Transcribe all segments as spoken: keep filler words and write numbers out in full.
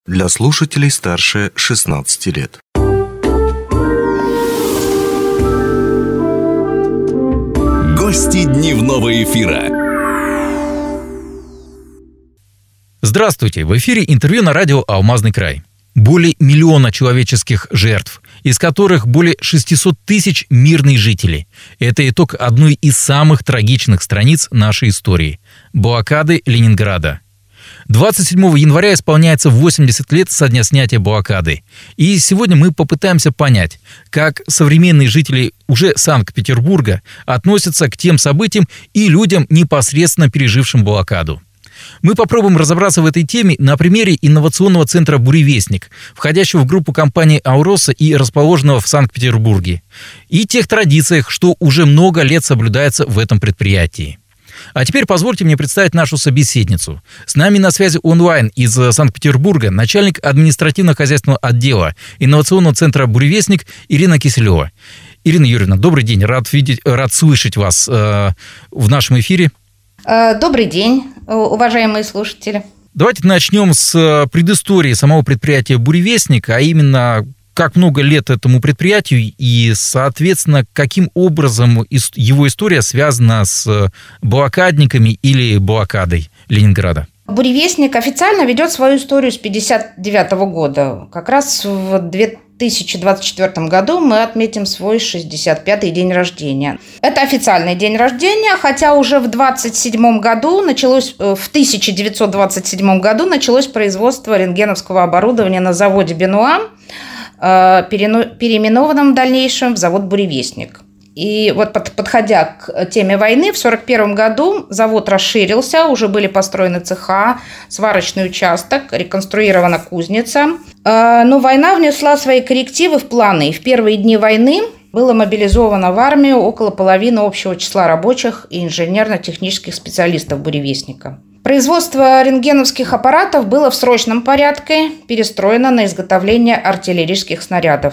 Для слушателей старше шестнадцати лет. Гости дневного эфира. Здравствуйте! В эфире интервью на радио «Алмазный край». Более миллиона человеческих жертв, из которых более шестьсот тысяч мирные жители. Это итог одной из самых трагичных страниц нашей истории – блокады Ленинграда. двадцать седьмого января исполняется восемьдесят лет со дня снятия блокады. И сегодня мы попытаемся понять, как современные жители уже Санкт-Петербурга относятся к тем событиям и людям, непосредственно пережившим блокаду. Мы попробуем разобраться в этой теме на примере инновационного центра «Буревестник», входящего в группу компании «Ауроса» и расположенного в Санкт-Петербурге, и тех традициях, что уже много лет соблюдается в этом предприятии. А теперь позвольте мне представить нашу собеседницу. С нами на связи онлайн из Санкт-Петербурга начальник административно-хозяйственного отдела инновационного центра «Буревестник» Ирина Киселева. Ирина Юрьевна, добрый день. Рад видеть, рад слышать вас э, в нашем эфире. Добрый день, уважаемые слушатели. Давайте начнем с предыстории самого предприятия «Буревестник», а именно, как много лет этому предприятию и, соответственно, каким образом его история связана с блокадниками или блокадой Ленинграда. «Буревестник» официально ведет свою историю с пятьдесят девятого года. Как раз в две тысячи двадцать четвёртом году мы отметим свой шестьдесят пятый день рождения. Это официальный день рождения, хотя уже в двадцать седьмом году началось, в тысяча девятьсот двадцать седьмом году началось производство рентгеновского оборудования на заводе «Бенуа», переименованном в дальнейшем в завод «Буревестник». И вот подходя к теме войны, в сорок первом году завод расширился, уже были построены цеха, сварочный участок, реконструирована кузница. Но война внесла свои коррективы в планы, и в первые дни войны было мобилизовано в армию около половины общего числа рабочих и инженерно-технических специалистов «Буревестника». Производство рентгеновских аппаратов было в срочном порядке перестроено на изготовление артиллерийских снарядов.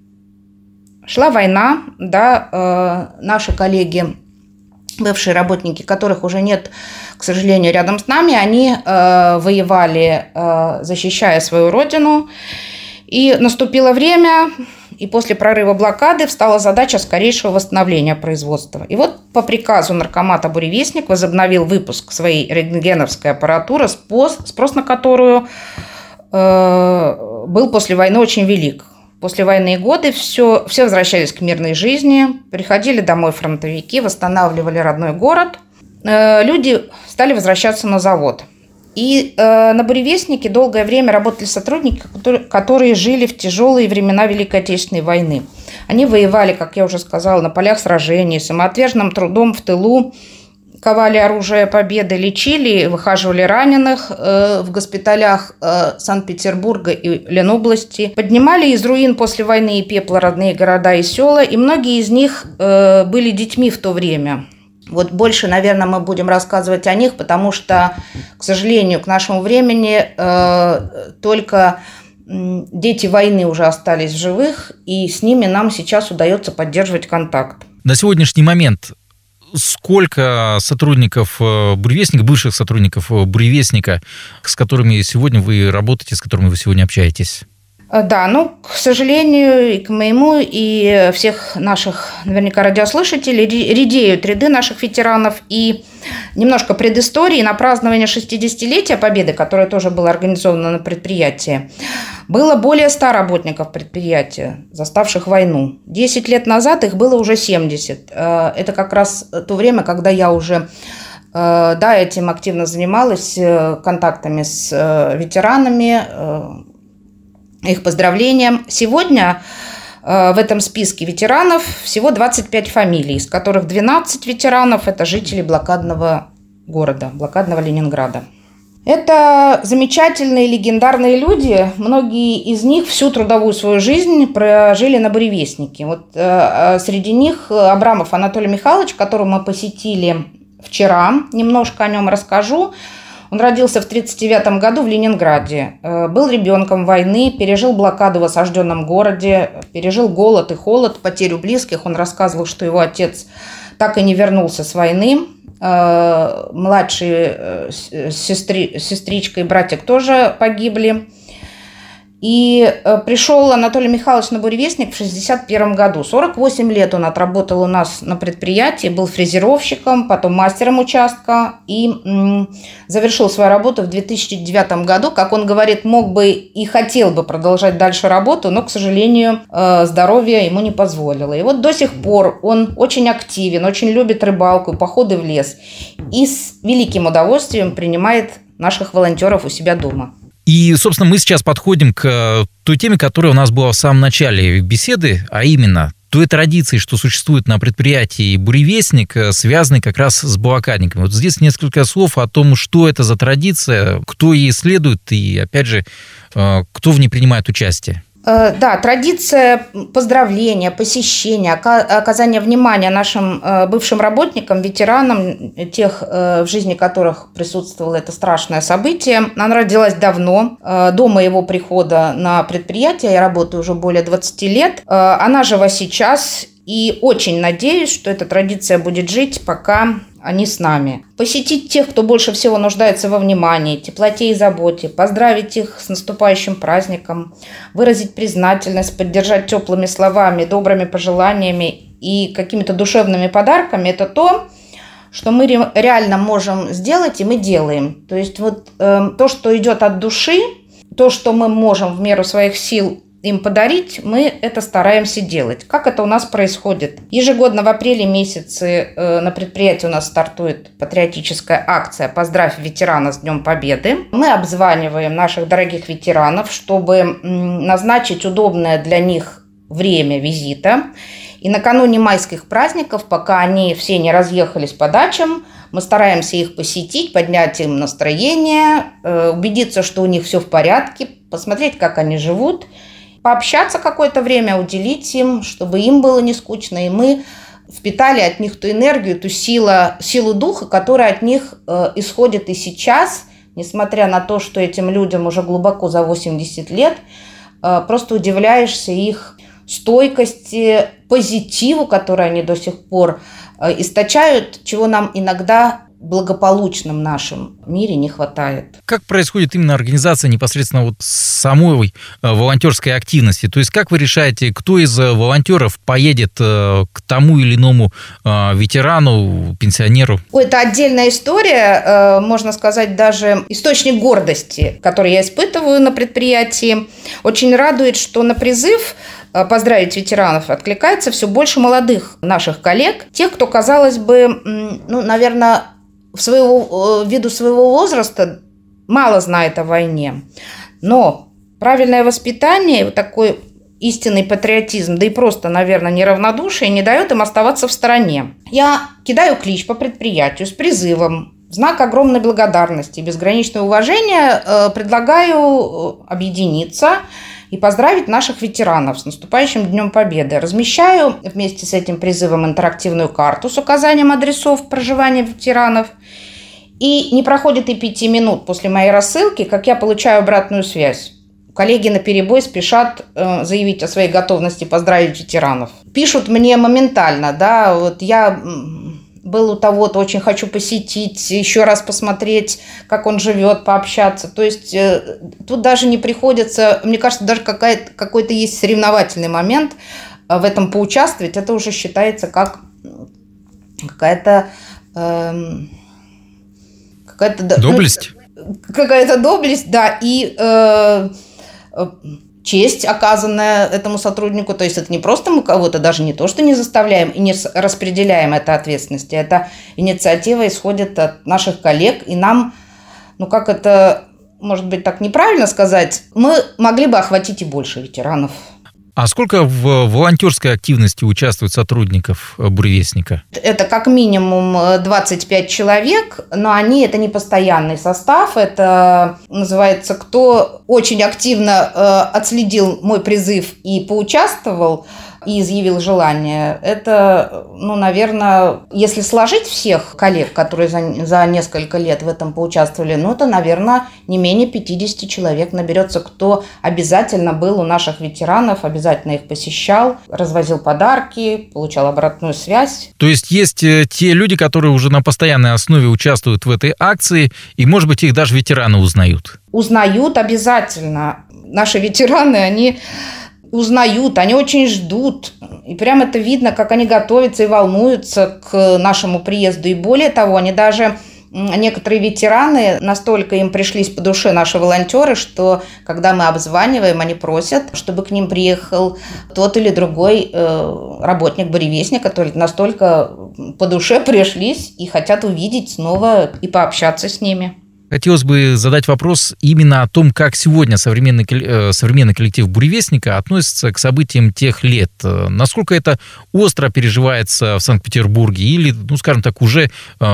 Шла война, да, э, наши коллеги, бывшие работники, которых уже нет, к сожалению, рядом с нами, они э, воевали, э, защищая свою родину. И наступило время, и после прорыва блокады встала задача скорейшего восстановления производства. И вот по приказу наркомата «Буревестник» возобновил выпуск своей рентгеновской аппаратуры, спрос, спрос на которую э, был после войны очень велик. Послевоенные годы все, все возвращались к мирной жизни, приходили домой фронтовики, восстанавливали родной город. Э, люди стали возвращаться на завод. И э, на «Буревестнике» долгое время работали сотрудники, которые, которые жили в тяжелые времена Великой Отечественной войны. Они воевали, как я уже сказала, на полях сражений, самоотверженным трудом в тылу, ковали оружие победы, лечили, выхаживали раненых э, в госпиталях э, Санкт-Петербурга и Ленобласти, поднимали из руин после войны и пепла родные города и села, и многие из них э, были детьми в то время. Вот больше, наверное, мы будем рассказывать о них, потому что, к сожалению, к нашему времени э, только э, дети войны уже остались в живых, и с ними нам сейчас удается поддерживать контакт. На сегодняшний момент сколько сотрудников «Буревестника», бывших сотрудников «Буревестника», с которыми сегодня вы работаете, с которыми вы сегодня общаетесь? Да, ну, к сожалению, и к моему, и всех наших, наверняка, радиослушателей редеют ряды наших ветеранов. И немножко предыстории. На празднование шестидесятилетия Победы, которое тоже было организовано на предприятии, было более ста работников предприятия, заставших войну. Десять лет назад их было уже семьдесят. Это как раз то время, когда я уже, да, этим активно занималась, контактами с ветеранами, их поздравлением. Сегодня в этом списке ветеранов всего двадцать пять фамилий, из которых двенадцать ветеранов – это жители блокадного города, блокадного Ленинграда. Это замечательные, легендарные люди. Многие из них всю трудовую свою жизнь прожили на «Буревестнике». Вот э, среди них Абрамов Анатолий Михайлович, которого мы посетили вчера, немножко о нем расскажу. Он родился в тысяча девятьсот тридцать девятом году в Ленинграде. Был ребенком войны, пережил блокаду в осажденном городе, пережил голод и холод, потерю близких. Он рассказывал, что его отец так и не вернулся с войны. Младшие сестри, сестричка и братик тоже погибли. И пришел Анатолий Михайлович на буревестник в шестьдесят первом году. сорок восемь лет он отработал у нас на предприятии, был фрезеровщиком, потом мастером участка и м, завершил свою работу в две тысячи девятом году. Как он говорит, мог бы и хотел бы продолжать дальше работу, но, к сожалению, здоровье ему не позволило. И вот до сих пор он очень активен, очень любит рыбалку и походы в лес. И с великим удовольствием принимает наших волонтеров у себя дома. И, собственно, мы сейчас подходим к той теме, которая у нас была в самом начале беседы, а именно той традиции, что существует на предприятии «Буревестник», связанной как раз с блокадниками. Вот здесь несколько слов о том, что это за традиция, кто ей следует и, опять же, кто в ней принимает участие. Да, традиция поздравления, посещения, оказания внимания нашим бывшим работникам, ветеранам, тех, в жизни которых присутствовало это страшное событие, она родилась давно, до моего прихода на предприятие, я работаю уже более двадцати лет, она жива сейчас. И очень надеюсь, что эта традиция будет жить, пока они с нами. Посетить тех, кто больше всего нуждается во внимании, теплоте и заботе, поздравить их с наступающим праздником, выразить признательность, поддержать теплыми словами, добрыми пожеланиями и какими-то душевными подарками – это то, что мы реально можем сделать, и мы делаем. То есть вот э, то, что идет от души, то, что мы можем в меру своих сил им подарить, мы это стараемся делать. Как это у нас происходит? Ежегодно в апреле месяце э, на предприятии у нас стартует патриотическая акция «Поздравь ветерана с Днем Победы». Мы обзваниваем наших дорогих ветеранов, чтобы м, назначить удобное для них время визита. И накануне майских праздников, пока они все не разъехались по дачам, мы стараемся их посетить, поднять им настроение, э, убедиться, что у них все в порядке, посмотреть, как они живут, пообщаться какое-то время, уделить им, чтобы им было не скучно, и мы впитали от них ту энергию, ту силу, силу духа, которая от них э, исходит и сейчас, несмотря на то, что этим людям уже глубоко за восемьдесят лет, э, просто удивляешься их стойкости, позитиву, который они до сих пор э, источают, чего нам иногда в благополучном нашем мире не хватает. Как происходит именно организация непосредственно вот самой волонтерской активности? То есть как вы решаете, кто из волонтеров поедет к тому или иному ветерану, пенсионеру? Ой, это отдельная история, можно сказать, даже источник гордости, который я испытываю на предприятии. Очень радует, что на призыв поздравить ветеранов откликается все больше молодых наших коллег, тех, кто, казалось бы, ну, наверное, в своего, ввиду своего возраста мало знает о войне. Но правильное воспитание, вот такой истинный патриотизм, да и просто, наверное, неравнодушие не дает им оставаться в стороне. Я кидаю клич по предприятию с призывом, в знак огромной благодарности и безграничного уважения э, предлагаю объединиться и поздравить наших ветеранов с наступающим Днем Победы. Размещаю вместе с этим призывом интерактивную карту с указанием адресов проживания ветеранов. И не проходит и пяти минут после моей рассылки, как я получаю обратную связь. Коллеги наперебой спешат э, заявить о своей готовности поздравить ветеранов. Пишут мне моментально, да, вот я был у того-то, очень хочу посетить, еще раз посмотреть, как он живет, пообщаться. То есть э, тут даже не приходится, мне кажется, даже какая-то, какой-то есть соревновательный момент э, в этом поучаствовать. Это уже считается как какая-то... Э, какая-то доблесть? Ну, какая-то доблесть, да, и... Э, честь, оказанная этому сотруднику. То есть это не просто мы кого-то, даже не то, что не заставляем и не распределяем эту ответственность. Эта инициатива исходит от наших коллег. И нам, ну как это, может быть, так неправильно сказать, мы могли бы охватить и больше ветеранов. А сколько в волонтерской активности участвует сотрудников «Буревестника»? Это как минимум двадцать пять человек, но они это не постоянный состав. Это называется, кто очень активно э, отследил мой призыв и поучаствовал, и изъявил желание. Это, ну, наверное, если сложить всех коллег, которые за, за несколько лет в этом поучаствовали, ну, это, наверное, не менее пятьдесят человек наберется, кто обязательно был у наших ветеранов, обязательно их посещал, развозил подарки, получал обратную связь. То есть есть те люди, которые уже на постоянной основе участвуют в этой акции, и, может быть, их даже ветераны узнают? Узнают обязательно. Наши ветераны, они узнают, они очень ждут. И прямо это видно, как они готовятся и волнуются к нашему приезду. И более того, они даже, некоторые ветераны, настолько им пришлись по душе наши волонтеры, что когда мы обзваниваем, они просят, чтобы к ним приехал тот или другой э, работник буревестника, который настолько по душе пришлись и хотят увидеть снова и пообщаться с ними. Хотелось бы задать вопрос именно о том, как сегодня современный, современный коллектив буревестника относится к событиям тех лет. Насколько это остро переживается в Санкт-Петербурге или, ну, скажем так, уже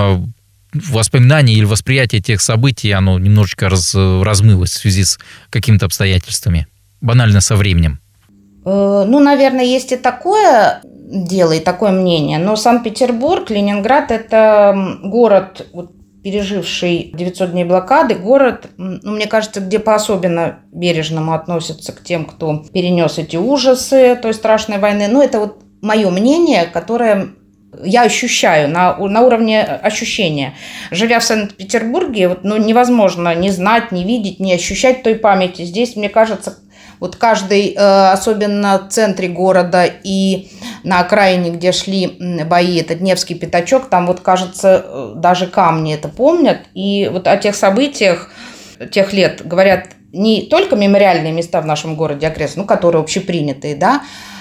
воспоминание или восприятие тех событий, оно немножечко раз, размылось в связи с какими-то обстоятельствами, банально со временем? Ну, наверное, есть и такое дело, и такое мнение. Но Санкт-Петербург, Ленинград – это город, переживший девятьсот дней блокады, город, ну, мне кажется, где по-особенно бережному относятся к тем, кто перенес эти ужасы той страшной войны. Ну, это вот мое мнение, которое я ощущаю на, на уровне ощущения. Живя в Санкт-Петербурге, вот, ну, невозможно не знать, не видеть, не ощущать той памяти. Здесь, мне кажется, вот каждый, особенно в центре города и на окраине, где шли бои, это Невский пятачок, там вот, кажется, даже камни это помнят. И вот о тех событиях тех лет говорят не только мемориальные места в нашем городе окрестные, ну, которые общепринятые, да,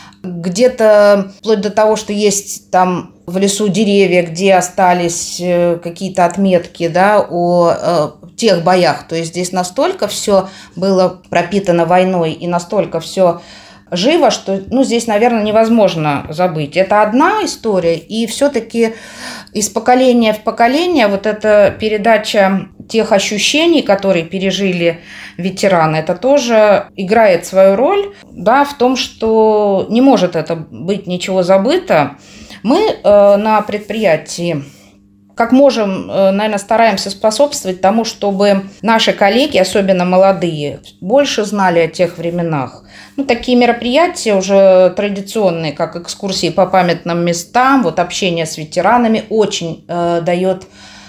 где-то вплоть до того, что есть там в лесу деревья, где остались какие-то отметки, да, о э, тех боях. То есть здесь настолько все было пропитано войной и настолько все живо, что, ну, здесь, наверное, невозможно забыть. Это одна история, и все-таки из поколения в поколение вот эта передача тех ощущений, которые пережили ветераны, это тоже играет свою роль, да, в том, что не может это быть ничего забыто. Мы э, на предприятии, как можем, э, наверное, стараемся способствовать тому, чтобы наши коллеги, особенно молодые, больше знали о тех временах. Ну, такие мероприятия уже традиционные, как экскурсии по памятным местам, вот общение с ветеранами, очень э, дает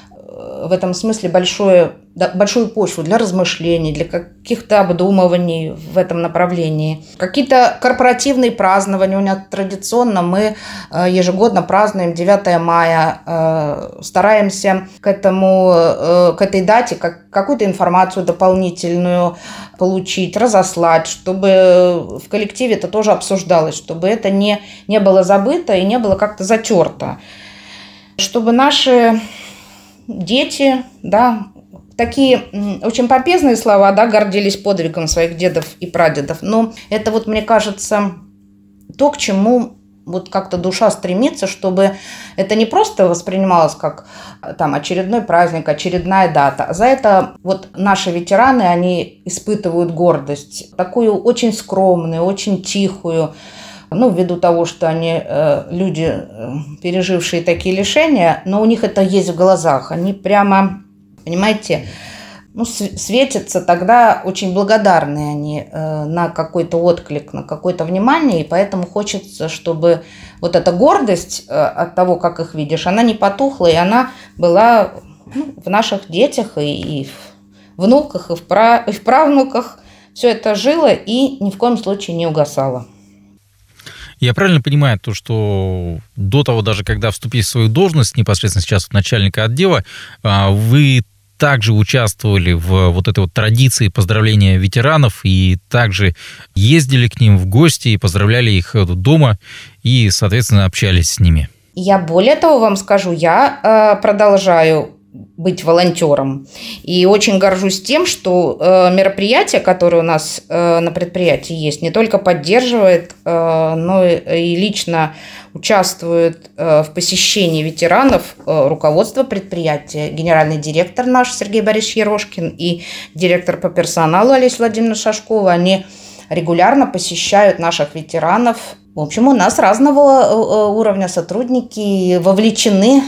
в этом смысле большое, большую почву для размышлений, для каких-то обдумываний в этом направлении. Какие-то корпоративные празднования. У нас традиционно мы ежегодно празднуем девятое мая, стараемся к этому, к этой дате как, какую-то информацию дополнительную получить, разослать, чтобы в коллективе это тоже обсуждалось, чтобы это не, не было забыто и не было как-то затерто. Чтобы наши дети, да, такие очень помпезные слова, да, гордились подвигом своих дедов и прадедов. Но это вот, мне кажется, то, к чему вот как-то душа стремится, чтобы это не просто воспринималось как там очередной праздник, очередная дата. А за это вот наши ветераны, они испытывают гордость, такую очень скромную, очень тихую. Ну, ввиду того, что они э, люди, э, пережившие такие лишения, но у них это есть в глазах. Они прямо, понимаете, ну, светятся тогда, очень благодарны они э, на какой-то отклик, на какое-то внимание, и поэтому хочется, чтобы вот эта гордость э, от того, как их видишь, она не потухла, и она была, ну, в наших детях, и, и в внуках, и в, пра, и в правнуках. Все это жило и ни в коем случае не угасало. Я правильно понимаю то, что до того, даже когда вступили в свою должность, непосредственно сейчас начальника отдела, вы также участвовали в вот этой вот традиции поздравления ветеранов и также ездили к ним в гости и поздравляли их дома и, соответственно, общались с ними? Я более того вам скажу, я продолжаю быть волонтером. И очень горжусь тем, что э, мероприятие, которое у нас э, на предприятии есть, не только поддерживает, э, но и, и лично участвует э, в посещении ветеранов э, руководство предприятия, генеральный директор наш Сергей Борисович Ерошкин и директор по персоналу Олеся Владимировна Шашкова. Они регулярно посещают наших ветеранов В общем, у нас разного уровня сотрудники вовлечены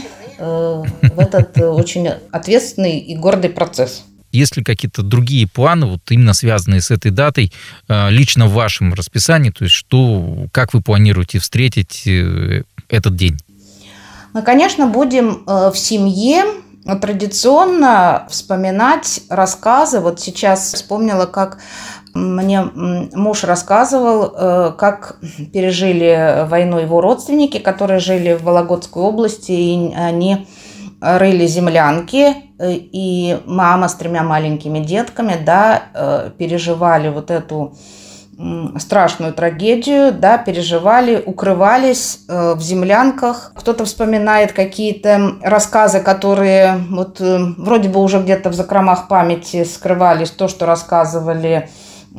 в этот очень ответственный и гордый процесс. Есть ли какие-то другие планы, вот именно связанные с этой датой, лично в вашем расписании? То есть, что, как вы планируете встретить этот день? Мы, конечно, будем в семье традиционно вспоминать рассказы. Вот сейчас вспомнила, как мне муж рассказывал, как пережили войну его родственники, которые жили в Вологодской области, и они рыли землянки, и мама с тремя маленькими детками, да, переживали вот эту страшную трагедию, да, переживали, укрывались в землянках. Кто-то вспоминает какие-то рассказы, которые вот вроде бы уже где-то в закромах памяти скрывались, то, что рассказывали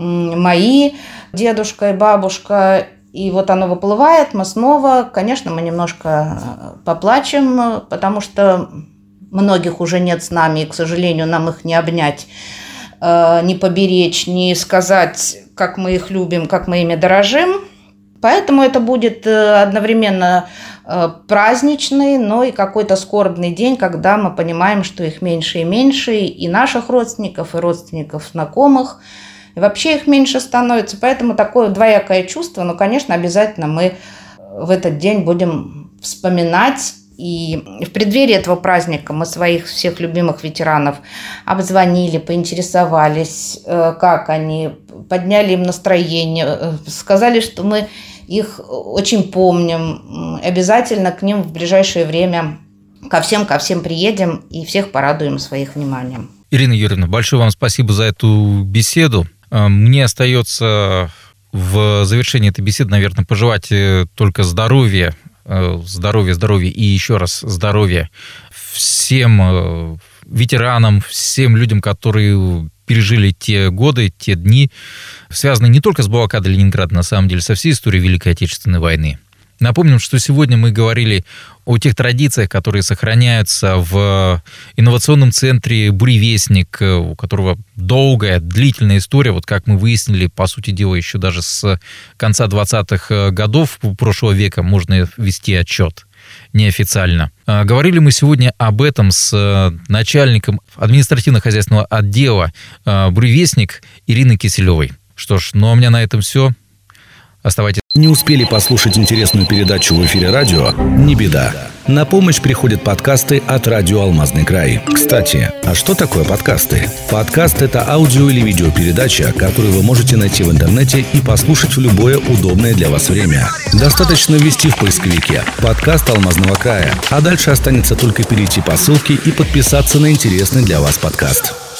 мои дедушка и бабушка. И вот оно выплывает, мы снова, конечно, мы немножко поплачем, потому что многих уже нет с нами, и, к сожалению, нам их не обнять, не поберечь, не сказать, как мы их любим, как мы ими дорожим. Поэтому это будет одновременно праздничный, но и какой-то скорбный день, когда мы понимаем, что их меньше и меньше, и наших родственников, и родственников знакомых. И вообще их меньше становится, поэтому такое двоякое чувство. Но, конечно, обязательно мы в этот день будем вспоминать. И в преддверии этого праздника мы своих всех любимых ветеранов обзвонили, поинтересовались, как они, подняли им настроение, сказали, что мы их очень помним. Обязательно к ним в ближайшее время ко всем, ко всем приедем и всех порадуем своих вниманием. Ирина Юрьевна, большое вам спасибо за эту беседу. Мне остается в завершении этой беседы, наверное, пожелать только здоровья, здоровья, здоровья и еще раз здоровья всем ветеранам, всем людям, которые пережили те годы, те дни, связанные не только с блокадой Ленинграда, на самом деле, со всей историей Великой Отечественной войны. Напомним, что сегодня мы говорили о тех традициях, которые сохраняются в инновационном центре «Буревестник», у которого долгая, длительная история. Вот как мы выяснили, по сути дела, еще даже с конца двадцатых годов прошлого века можно вести отчет неофициально. Говорили мы сегодня об этом с начальником административно-хозяйственного отдела «Буревестник» Ириной Киселевой. Что ж, ну а у меня на этом все. Оставайтесь. Не успели послушать интересную передачу в эфире радио? Не беда. На помощь приходят подкасты от радио «Алмазный край». Кстати, а что такое подкасты? Подкаст – это аудио- или видеопередача, которую вы можете найти в интернете и послушать в любое удобное для вас время. Достаточно ввести в поисковике «Подкаст Алмазного края», а дальше останется только перейти по ссылке и подписаться на интересный для вас подкаст.